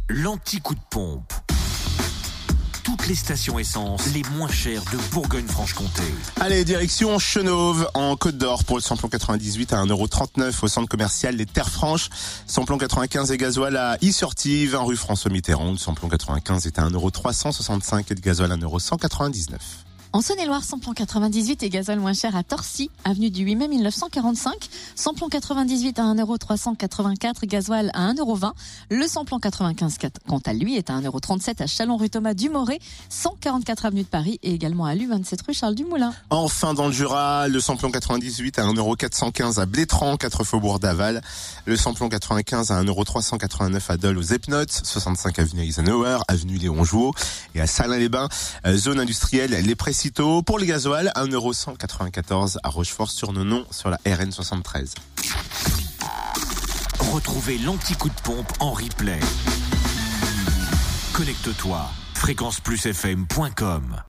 l'anti-coup de pompe. Toutes les stations essence les moins chères de Bourgogne-Franche-Comté. Allez, direction Chenauve, en Côte d'Or, pour le samplon 98 à 1,39€ au centre commercial Les Terres Franches. Samplon 95 et gasoil à Issortie, 20 rue François Mitterrand. Le samplon 95 est à 1,365€ et de gasoil à 1,199€. En Saône-et-Loire, samplon 98 et gasoil moins cher à Torcy, avenue du 8 mai 1945. Samplon 98 à 1,384€, gasoil à 1,20€. Le samplon 95, quant à lui, est à 1,37€ à Chalon-rue Thomas Dumoré, 144 avenue de Paris et également à l'U27 rue Charles Dumoulin. Enfin, dans le Jura, le samplon 98 à 1,415€ à Blétran, 4 faubourg d'Aval. Le samplon 95 à 1,389€ à Dole aux Epnotes, 65 avenue Eisenhower, avenue Léon Jouot. Et à Salins-les-Bains, zone industrielle Les Précitaux. Pour le gasoil, 1,194€ à Rochefort-sur-Nonon sur la RN 73. Retrouvez l'anti-coup de pompe en replay. Connecte-toi, fréquenceplusfm.com.